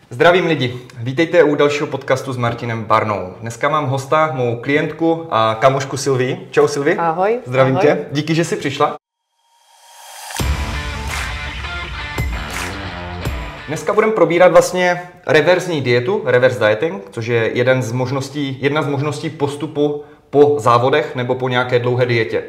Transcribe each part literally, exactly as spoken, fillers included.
Zdravím lidi, vítejte u dalšího podcastu s Martinem Barnou. Dneska mám hosta, mou klientku a kamošku Sylvii. Čau Sylvii. Ahoj. Zdravím ahoj. tě, díky, že jsi přišla. Dneska budeme probírat vlastně reverzní dietu, reverse dieting, což je jeden z možností, jedna z možností postupu po závodech nebo po nějaké dlouhé dietě.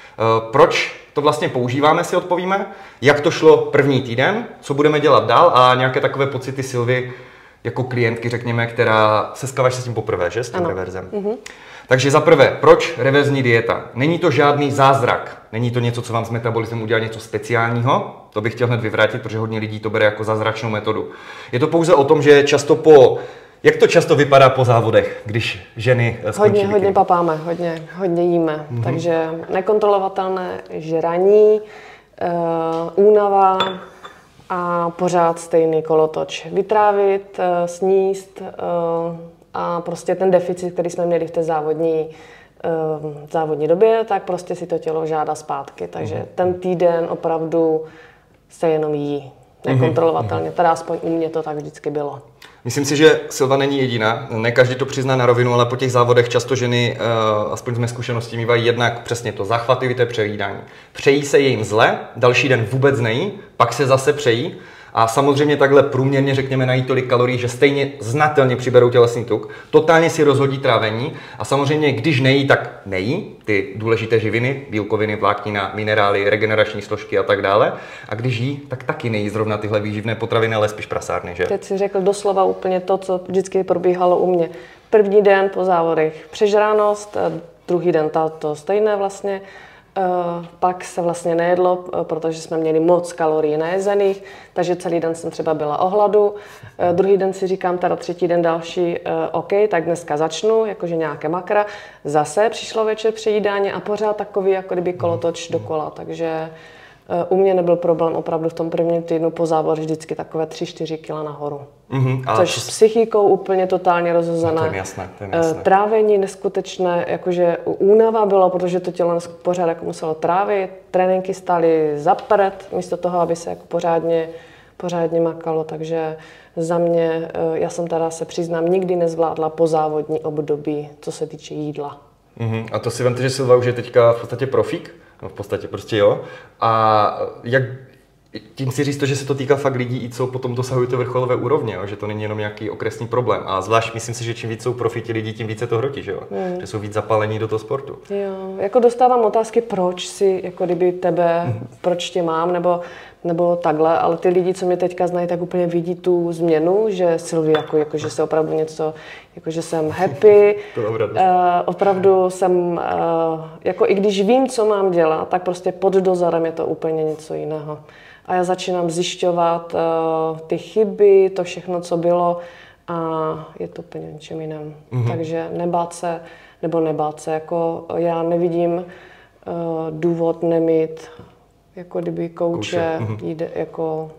Proč to vlastně používáme, si odpovíme, jak to šlo první týden, co budeme dělat dál a nějaké takové pocity Sylvie jako klientky, řekněme, která seskláváš se s tím poprvé, že? S tím ano. reverzem. Mm-hmm. Takže za prvé, proč reverzní dieta? Není to žádný zázrak, není to něco, co vám s metabolismem udělá něco speciálního, to bych chtěl hned vyvrátit, protože hodně lidí to bere jako zázračnou metodu. Je to pouze o tom, že často po Jak to často vypadá po závodech, když ženy skončí Hodně, bikini? hodně papáme, hodně, hodně jíme. Mm-hmm. Takže nekontrolovatelné žraní, uh, únava a pořád stejný kolotoč. Vytrávit, uh, sníst uh, a prostě ten deficit, který jsme měli v té závodní, uh, závodní době, tak prostě si to tělo žádá zpátky. Takže mm-hmm. ten týden opravdu se jenom jí nekontrolovatelně. Mm-hmm. Teda aspoň u mě to tak vždycky bylo. Myslím si, že Sylva není jediná. Ne každý to přizná na rovinu, ale po těch závodech často ženy, uh, aspoň z mé zkušenosti, mývají jednak přesně to zachvativité přejídání. Přejí se jim zle, další den vůbec nejí, pak se zase přejí. A samozřejmě takhle průměrně, řekněme, nají tolik kalorií, že stejně znatelně přiberou tělesný tuk, totálně si rozhodí trávení a samozřejmě, když nejí, tak nejí ty důležité živiny, bílkoviny, vláknina, minerály, regenerační složky a tak dále. A když jí, tak taky nejí zrovna tyhle výživné potraviny, ale spíš prasárny, že? Teď si řekl doslova úplně to, co vždycky probíhalo u mě. První den po závodech přežránost, druhý den to stejné vlastně. Uh, pak se vlastně nejedlo, uh, protože jsme měli moc kalorií najezených, takže celý den jsem třeba byla o hladu. Uh, druhý den si říkám, teda třetí den další, uh, OK, tak dneska začnu, jakože nějaké makra. Zase přišlo večer přejídání a pořád takový, jako kdyby kolotoč dokola, takže uh, u mě nebyl problém opravdu v tom prvním týdnu po závodech vždycky takové tři čtyři kila nahoru. Mm-hmm, což to... s psychikou úplně totálně rozhozené. No, to je jasné, to je jasné. Trávení neskutečné, jakože únava bylo, protože to tělo pořád jako muselo trávit, tréninky stály za prd, místo toho, aby se jako pořádně, pořádně makalo, takže za mě, já jsem teda se přiznám, nikdy nezvládla pozávodní období, co se týče jídla. Mm-hmm. A to si vemte, že Sylva už je teďka v podstatě profík, no v podstatě prostě jo. A jak tím si říct to, že se to týká fakt lidí, i co potom dosahují ty vrcholové úrovně, jo? Že to není jenom nějaký okresní problém. A zvlášť myslím si, že čím víc jsou profíti lidí, tím více to hrotí, že jo? Mm. Že jsou víc zapálení do toho sportu. Jo, jako dostávám otázky, proč si, jako kdyby tebe, mm. proč tě mám, nebo, nebo takhle, ale ty lidi, co mě teďka znají, tak úplně vidí tu změnu, že Sylvie, jako, jako že se opravdu něco, jako že jsem happy, to uh, opravdu jsem, uh, jako i když vím, co mám dělat, tak prostě pod dozorem je to úplně něco jiného. A já začínám zjišťovat uh, ty chyby, to všechno, co bylo a je to úplně něčem jiném. Mm-hmm. Takže nebát se, nebo nebát se, jako já nevidím uh, důvod nemít, jako kdyby kouče, mm-hmm. jde jako,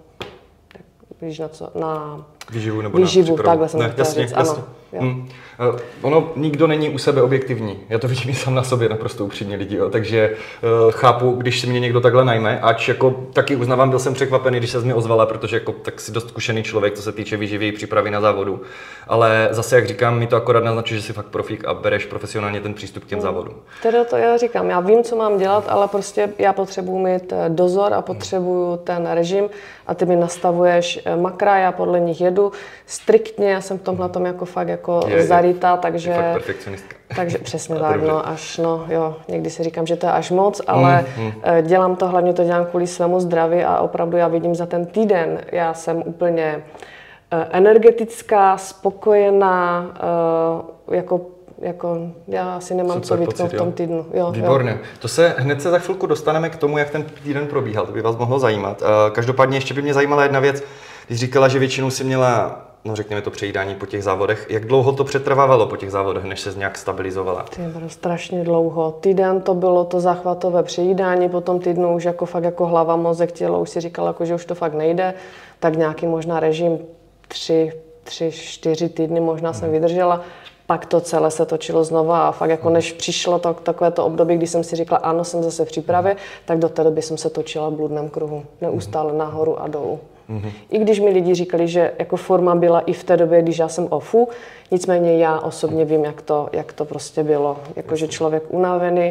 víš na co, na výživu nebo výživu, na takhle jsem ne, chtěla jasně, říct, jasně. ano. Hmm. Uh, ono, nikdo není u sebe objektivní. Já to vidím i sám na sobě, naprosto upřímně lidi, jo. Takže uh, chápu, když si mě někdo takhle najme, ač jako taky uznávám, byl jsem překvapený, když se z mě ozvala, protože jako tak si dost zkušený člověk, co se týče výživy, přípravy na závodu. Ale zase, jak říkám, mi to akorát naznačuje, že jsi fakt profík a bereš profesionálně ten přístup k těm hmm. závodům. Teda to já říkám, já vím, co mám dělat, ale prostě já potřebuji mít dozor a potřebuju hmm. ten režim a ty mi nastavuješ makra, já podle nich jedu striktně, já jsem v tomhle tom jako fakt jako zarytá, takže fakt perfekcionistka. Takže přesně tak, no, až no, jo, někdy si říkám, že to je až moc, ale mm, mm. dělám to, hlavně to dělám kvůli svému zdraví a opravdu já vidím za ten týden, já jsem úplně energetická, spokojená, jako jako já asi nemám super co vytknout v tom týdnu. Jo, Výborně. Jo. To se hned se za chvilku dostaneme k tomu, jak ten týden probíhal. To by vás mohlo zajímat. Každopádně ještě by mě zajímala jedna věc. Když říkala, že většinou si měla, no řekněme to přejídání po těch závodech, jak dlouho to přetrvávalo po těch závodech, než se nějak stabilizovala? To bylo strašně dlouho. Týden to bylo to záchvatové přejídání, potom týdnu už jako fakt jako hlava, mozek, tělo, už si říkala, jako, že už to fakt nejde, tak nějaký možná režim tři, tři, čtyři týdny možná hmm. jsem vydržela. Pak to celé se točilo znova a fakt jako než přišlo to, takové to období, kdy jsem si říkala, ano, jsem zase v přípravě, tak do té doby jsem se točila v bludném kruhu. Neustále nahoru a dolů. Mm-hmm. I když mi lidi říkali, že jako forma byla i v té době, když já jsem ofu, nicméně já osobně vím, jak to, jak to prostě bylo. Jakože člověk unavený,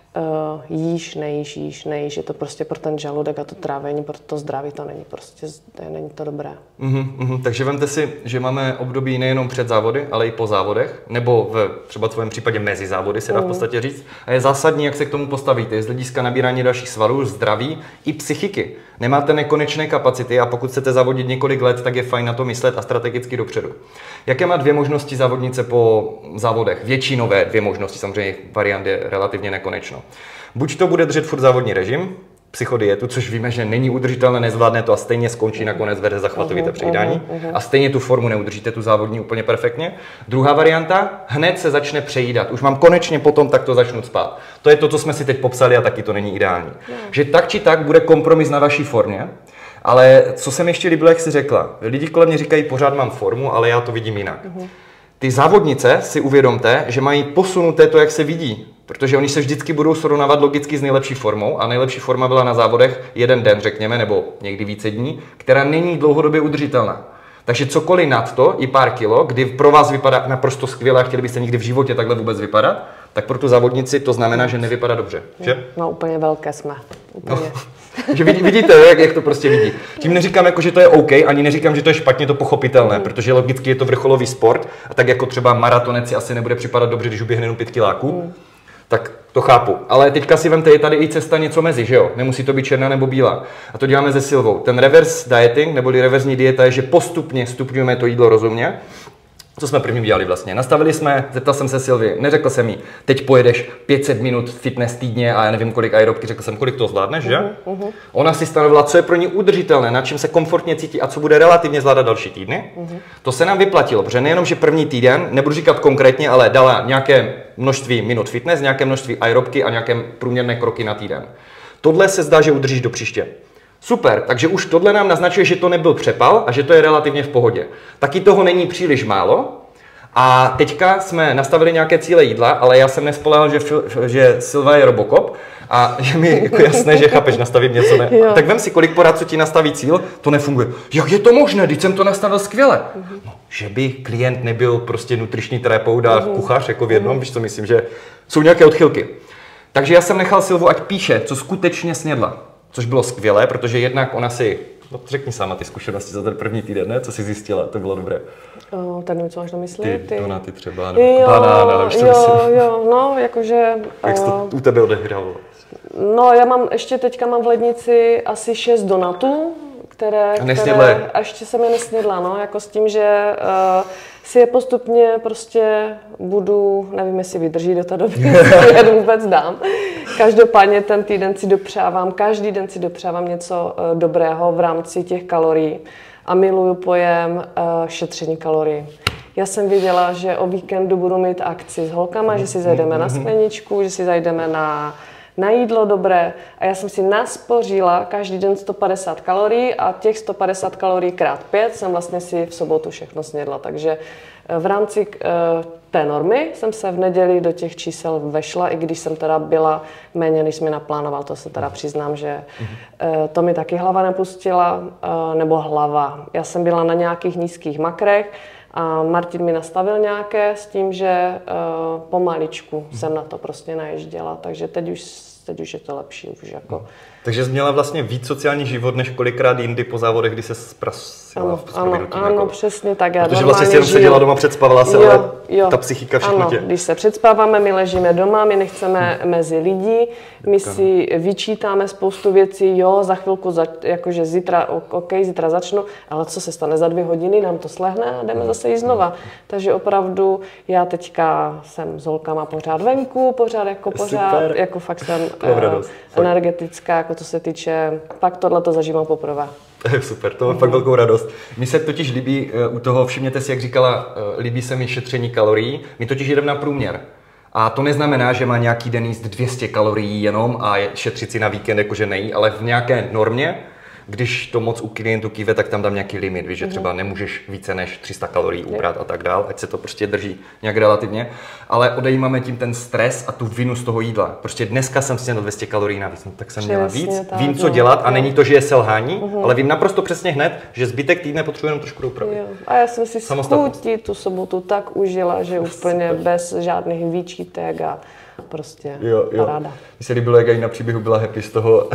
Uh, jíš, nejíš, jíš, nejíš, je to prostě pro ten žaludek a to trávení, pro to zdraví to není prostě, není to dobré. Mm-hmm, mm-hmm. Takže vemte si, že máme období nejenom před závody, ale i po závodech, nebo v třeba tvém případě mezi závody, se dá v podstatě říct. A je zásadní, jak se k tomu postavíte, z hlediska nabírání dalších svalů, zdraví i psychiky. Nemáte nekonečné kapacity a pokud chcete závodit několik let, tak je fajn na to myslet a strategicky dopředu. Jaké má dvě možnosti závodnice po závodech? Většinové dvě možnosti, samozřejmě variant je relativně nekonečno. Buď to bude držet furt závodní režim, psychodietu, což víme, že není udržitelné, nezvládne to a stejně skončí nakonec vede zachvatovité přejídání a stejně tu formu neudržíte, tu závodní úplně perfektně. Druhá varianta, hned se začne přejídat. Už mám konečně potom takto začnu spát. To je to, co jsme si teď popsali a taky to není ideální. Že tak či tak bude kompromis na vaší formě, ale co jsem ještě líbilo, jak jsi řekla, lidi kolem mě říkají, pořád mám formu, ale já to vidím jinak. Ty závodnice si uvědomte, že mají posunuté to, jak se vidí. Protože oni se vždycky budou srovnávat logicky s nejlepší formou a nejlepší forma byla na závodech jeden den, řekněme, nebo někdy více dní, která není dlouhodobě udržitelná. Takže cokoliv nad to, i pár kilo, kdy pro vás vypadá naprosto skvěle a chtěli byste nikdy v životě takhle vůbec vypadat, tak pro tu závodnici to znamená, že nevypadá dobře. Že? No úplně velké jsme. Úplně. No. Že vidí, vidíte, jak, jak to prostě vidí. Tím neříkám, jako, že to je OK, ani neříkám, že to je špatně, to pochopitelné, mm. protože logicky je to vrcholový sport a tak jako třeba maratonec si asi nebude připadat dobře, když uběhne jenom pět kiláků. Mm. Tak to chápu. Ale teďka si vemte, je tady i cesta něco mezi, že jo? Nemusí to být černá nebo bílá. A to děláme se Silvou. Ten reverse dieting, neboli reverzní dieta, je, že postupně stupňujeme to jídlo rozumně. Co jsme první dělali vlastně? Nastavili jsme, zeptal jsem se Silvy, neřekl jsem jí, teď pojedeš pět set minut fitness týdně a já nevím kolik aerobky, řekl jsem, kolik to zvládneš, že? Uh-huh, uh-huh. Ona si stanovila, co je pro ní udržitelné, na čím se komfortně cítí a co bude relativně zvládat další týdny. Uh-huh. To se nám vyplatilo, protože nejenom, že první týden, nebudu říkat konkrétně, ale dala nějaké množství minut fitness, nějaké množství aerobky a nějaké průměrné kroky na týden. Tohle se zdá, že udržíš do příště. Super, takže už tohle nám naznačuje, že to nebyl přepal a že to je relativně v pohodě. Taky toho není příliš málo a teďka jsme nastavili nějaké cíle jídla, ale já jsem nespoléhal, že, že Silva je Robocop a je mi jako jasné, že chápeš, nastavím něco ne. Tak vem si, kolik porad, co ti nastaví cíl, to nefunguje. Jak je to možné, když jsem to nastavil skvěle? No, že by klient nebyl prostě nutriční terapeut a kuchař jako v jednom, víš co, myslím, že jsou nějaké odchylky. Takže já jsem nechal Silvu, ať píše, co skutečně snědla. Což bylo skvělé, protože jednak ona si, no řekni sama ty zkušenosti za ten první týden, ne? Co jsi zjistila, to bylo dobré. O, tak nevím, co máš na mysli. Ty, ty donaty třeba, nebo banána, nevím, co myslím. Jo, no, jakože... Jak jsi to u tebe odehrálo? No, já mám, ještě teďka mám v lednici asi šest donatů, které... A nesnědla které, a ještě jsem je nesnědla, no, jako s tím, že uh, si je postupně prostě budu, nevím, jestli vydrží do té doby, jestli je vůbec dám. Každopádně ten týden si dopřávám, každý den si dopřávám něco uh, dobrého v rámci těch kalorií a miluju pojem uh, šetření kalorií. Já jsem věděla, že o víkendu budu mít akci s holkama, že si zajdeme na skleničku, že si zajdeme na, na jídlo dobré a já jsem si naspořila každý den sto padesát kalorií a těch sto padesát kalorií krát pět jsem vlastně si v sobotu všechno snědla, takže v rámci uh, té normy jsem se v neděli do těch čísel vešla, i když jsem teda byla méně, než mi naplánoval, to se teda přiznám, že uh, to mi taky hlava nepustila, uh, nebo hlava. Já jsem byla na nějakých nízkých makrech a Martin mi nastavil nějaké s tím, že uh, pomaličku jsem na to prostě naježděla, takže teď už, teď už je to lepší. Už jako. Takže jsi měla vlastně víc sociální život, než kolikrát jindy po závodech, kdy se zprasila ano, v ano, ano, jako. Přesně tak. Já protože vlastně si jenom seděla doma, předspavala se, jo, ale jo. ta psychika všechno ano, tě. Když se předspáváme, my ležíme doma, my nechceme hmm. mezi lidi, my si vyčítáme spoustu věcí, jo, za chvilku, za, jakože zítra, ok, zítra začnu, ale co se stane za dvě hodiny, nám to slehne a jdeme hmm. zase jít znova. Takže opravdu já teďka jsem s holkama pořád venku, pořád jako pořád, super. Jako fakt jsem uh, energetická, jako co se týče, fakt tohle to zažívám poprvé. Super, to mám fakt velkou radost. Mně se totiž líbí u toho, všimněte si, jak říkala, líbí se mi šetření kalorií. My totiž jdeme na průměr. A to neznamená, že má nějaký den jíst dvě stě kalorií jenom a šetřit si na víkend, jakože nejí, ale v nějaké normě když to moc u klientů kýve, tak tam dám nějaký limit, víš, že třeba nemůžeš více než tři sta kalorií ubrat a tak dál, ať se to prostě drží nějak relativně, ale odejímáme tím ten stres a tu vinu z toho jídla. Prostě dneska jsem snědl dvě stě kalorií navíc, no, tak jsem Přesně měla víc, tak, vím, co no, dělat a jo. není to, že je selhání, uh-huh. ale vím naprosto přesně hned, že zbytek týdne potřebuji jenom trošku upravit. A já jsem si schutí tu sobotu tak užila, že úplně bez žádných výčitek a prostě jo, jo. ráda. Mně se líbilo, jak i na příběhu byla happy z toho,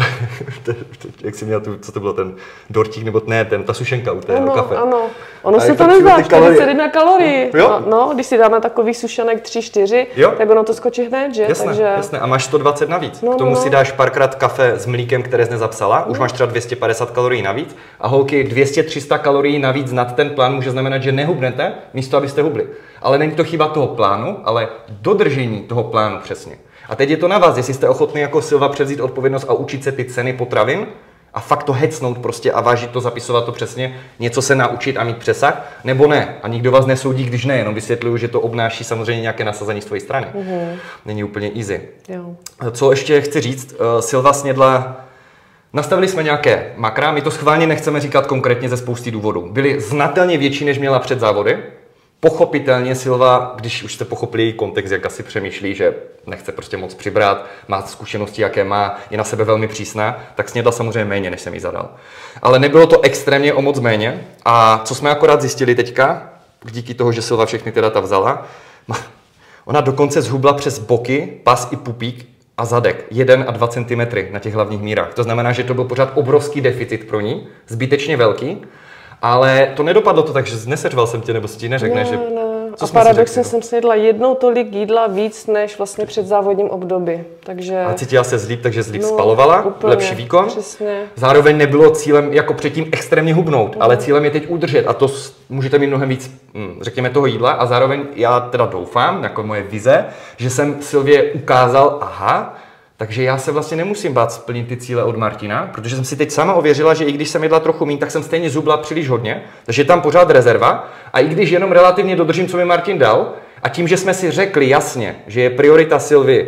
jak jsi měla tu, co to bylo, ten dortík, nebo ne, ten, ta sušenka u té ano, kafe. Ano, ono a se to nezdá, čtyřicet jedna kalorií. Jo? No, no, když si dáme takový sušenek tři čtyři, tak ono to skočí hned, že? Jasné, Takže... jasné. A máš sto dvacet navíc. No, K tomu no, si no. dáš párkrát kafe s mlíkem, které jsi nezapsala, už máš třeba dvě stě padesát kalorií navíc. A holky, dvě stě tři sta kalorií navíc nad ten plán může znamenat, že nehubnete, místo abyste hubli. Ale není to chyba toho plánu, ale dodržení toho plánu přesně. A teď je to na vás, jestli jste ochotný jako Silva převzít odpovědnost a učit se ty ceny potravin a fakt to hecnout prostě a vážit to, zapisovat to přesně, něco se naučit a mít přesah, nebo ne. A nikdo vás nesoudí, když ne, jenom vysvětluju, že to obnáší samozřejmě nějaké nasazení z tvojí strany. Mm-hmm. Není úplně easy. Jo. Co ještě chci říct, Silva snědla, nastavili jsme nějaké makra, my to schválně nechceme říkat konkrétně ze spousty důvodů. Byly znatelně větší, než měla před závody. Pochopitelně Silva, když už jste pochopili její kontext, jak asi přemýšlí, že nechce prostě moc přibrat, má zkušenosti, jaké má, je na sebe velmi přísná, tak snědla samozřejmě méně, než jsem jí zadal. Ale nebylo to extrémně o moc méně. A co jsme akorát zjistili teďka, díky toho, že Silva všechny ty data vzala, ona dokonce zhubla přes boky, pas i pupík a zadek jeden a dva centimetry na těch hlavních mírách. To znamená, že to byl pořád obrovský deficit pro ní, zbytečně velký. Ale to nedopadlo to tak, že neseřval jsem tě, nebo si ti neřekne, ne, že... Ne. Co a paradoxně jsem snědla jednou tolik jídla víc, než vlastně před závodním období. Takže... A cítila se zlíp, takže zlíp no, spalovala, úplně, lepší výkon. Přesně. Zároveň nebylo cílem jako předtím extrémně hubnout, mm. ale cílem je teď udržet a to můžete mít mnohem víc, řekněme, toho jídla a zároveň já teda doufám, jako moje vize, že jsem Silvě ukázal, aha, takže já se vlastně nemusím bát splnit ty cíle od Martina, protože jsem si teď sama ověřila, že i když jsem jedla trochu méně, tak jsem stejně zhubla příliš hodně, takže je tam pořád rezerva a i když jenom relativně dodržím, co mi Martin dal a tím, že jsme si řekli jasně, že je priorita Silvy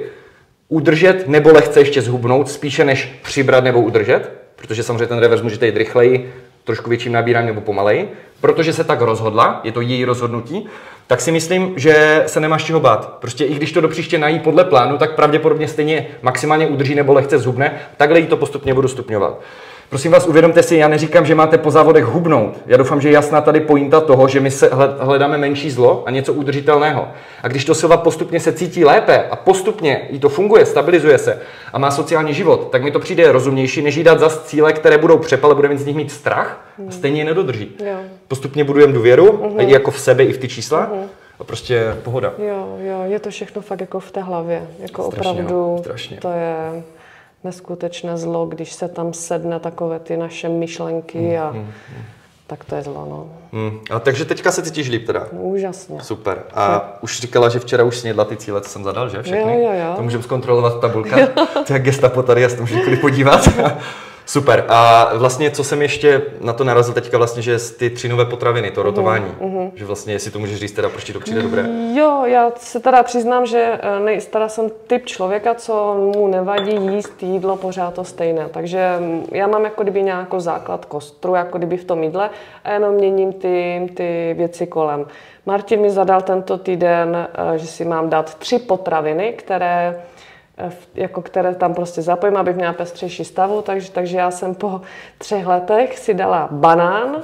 udržet nebo lehce ještě zhubnout, spíše než přibrat nebo udržet, protože samozřejmě ten revers můžete jít rychleji, trošku větším nabírání nebo pomaleji, protože se tak rozhodla, je to její rozhodnutí, tak si myslím, že se nemáš čeho bát. Prostě i když to do příště nají podle plánu, tak pravděpodobně stejně maximálně udrží nebo lehce zhubne, takhle jí to postupně budu stupňovat. Prosím vás, uvědomte si, já neříkám, že máte po závodech hubnout. Já doufám, že je jasná tady pointa toho, že my se hledáme menší zlo a něco udržitelného. A když to Silva postupně se cítí lépe a postupně jí to funguje, stabilizuje se a má sociální život, tak mi to přijde rozumnější, než jí dát zas cíle, které budou přepale, budeme z nich mít strach a stejně je nedodrží. Jo. Postupně budujeme důvěru, uh-huh. i jako v sebe, i v ty čísla. Uh-huh. A prostě pohoda. Jo, jo, je to všechno fakt jako v té hlavě. Jako strašně, opravdu, no, strašně. To je neskutečné zlo, když se tam sedne takové ty naše myšlenky mm, a mm, mm. tak to je zlo, no. Mm. A takže teďka se cítíš líp teda? No, úžasně. Super. A no. už říkala, že včera už snědla ty cíle, co jsem zadal, že? Všechny? Jo, jo, jo. To můžeme zkontrolovat tabulka. To je gestapo tady, já se to můžu kdykoliv podívat. Super. A vlastně, co jsem ještě na to narazil teďka vlastně, že ty tři nové potraviny, to rotování, uh-huh. že vlastně, jestli to můžeš říct teda, proč ti to přijde dobré? Jo, já se teda přiznám, že nej, teda jsem typ člověka, co mu nevadí jíst jídlo pořád to stejné. Takže já mám jako kdyby nějakou základ kostru, jako kdyby v tom jídle a jenom měním ty, ty věci kolem. Martin mi zadal tento týden, že si mám dát tři potraviny, které jako které tam prostě zapojím, abych měla pestřejší stavu, takže, takže já jsem po třech letech si dala banán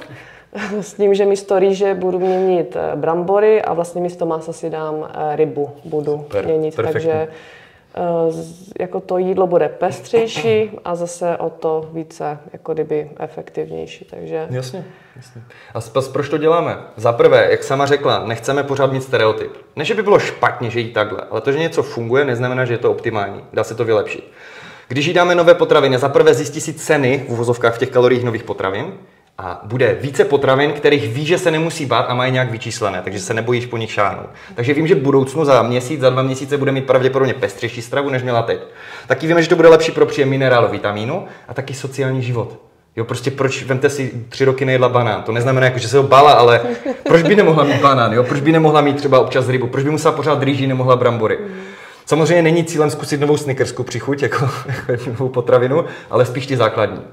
s tím, že místo rýže budu měnit brambory a vlastně místo masa si dám rybu, budu Super, měnit, perfektní. Takže jako to jídlo bude pestřejší a zase o to více jako kdyby efektivnější, takže... Jasně, jasně. A spas, proč to děláme? Za prvé, jak sama řekla, nechceme pořád mít stereotyp. Ne, že by bylo špatně, že jí takhle, ale to, že něco funguje, neznamená, že je to optimální. Dá se to vylepšit. Když jí dáme nové potraviny, za prvé zjistí si ceny v uvozovkách v těch kaloriích nových potravin, a bude více potravin, kterých ví, že se nemusí bát a mají nějak vyčíslené, takže se nebojíš po nich šáhnout. Takže vím, že v budoucnu za měsíc, za dva měsíce bude mít pravděpodobně pestřejší stravu, než měla teď. Taky víme, že to bude lepší pro příjem minerálu, vitamínu a taky sociální život. Jo, prostě proč, vemte si, tři roky nejedla banán, to neznamená, jako, že se ho bála, ale proč by nemohla mít banán, jo? Proč by nemohla mít třeba občas rybu, proč by musela pořád rýži, nemohla brambory. Samozřejmě není cílem zkusit novou snickersku přichuť, jako, jako novou potravinu, ale spíš ty základní.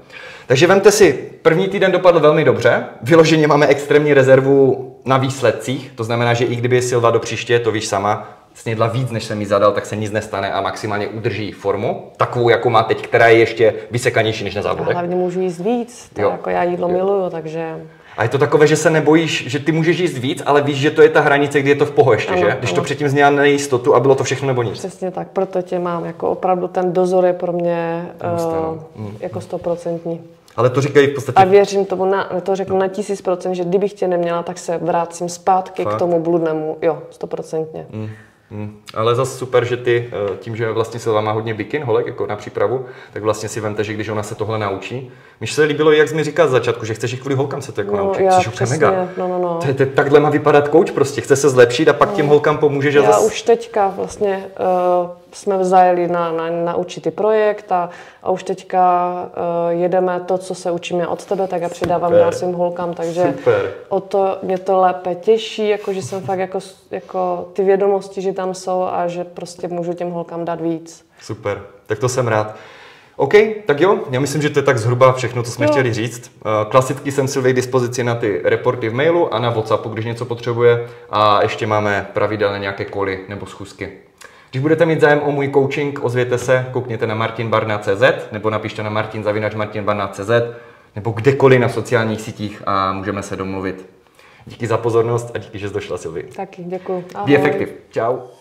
Takže vemte si, první týden dopadl velmi dobře, vyloženě máme extrémní rezervu na výsledcích, to znamená, že i kdyby Silva do příště, to víš sama, snědla víc, než jsem jí zadal, tak se nic nestane a maximálně udrží formu, takovou, jako má teď, která je ještě vysekanější než na závodech. A hlavně můžu jíst víc, to jako já jídlo jo. miluju, takže... A je to takové, že se nebojíš, že ty můžeš jíst víc, ale víš, že to je ta hranice, kdy je to v poho ještě, ano, že? Když ano. to předtím zněla nejistotu a bylo to všechno nebo nic. Přesně tak, proto tě mám, jako opravdu ten dozor je pro mě uh, mm. jako stoprocentní. Ale to říkají v podstatě... A věřím tomu, na, to řeknu na tisíc procent, že kdybych tě neměla, tak se vrátím zpátky Fakt? k tomu bludnému, jo, stoprocentně. Mm. Hmm. Ale zase super, že ty tím, že vlastně Silva má hodně bikin, holek, jako na přípravu, tak vlastně si vemte, že když ona se tohle naučí. Mně se líbilo, jak jsi mi říkal z začátku, že chceš i kvůli holkám se to jako no, naučit. Já, Jsi přesně, mega. No, no, no. To je, to je, takhle má vypadat coach prostě, chce se zlepšit a pak no. těm holkám pomůže, že Já zase... už teďka vlastně uh, jsme zajeli na, na, na určitý projekt a, a už teďka uh, jedeme to, co se učíme od tebe, tak já přidávám dál svým holkám, takže super. o to mě to lépe těší, jako že jsem fakt jako, jako ty vědomosti, že tam jsou a že prostě můžu těm holkám dát víc. Super, tak to jsem rád. OK, tak jo, já myslím, že to je tak zhruba všechno, co jsme jo. chtěli říct. Klasicky jsem Silvě k dispozici na ty reporty v mailu a na WhatsAppu, když něco potřebuje. A ještě máme pravidelně nějaké koly nebo schůzky. Když budete mít zájem o můj coaching, ozvěte se, koukněte na martin barna tečka cé zet nebo napište na martin zavináč martin barna tečka cé zet nebo kdekoliv na sociálních sítích a můžeme se domluvit. Díky za pozornost a díky, že jsi došla, Silvi. Taky, děkuji. Be effective. Čau.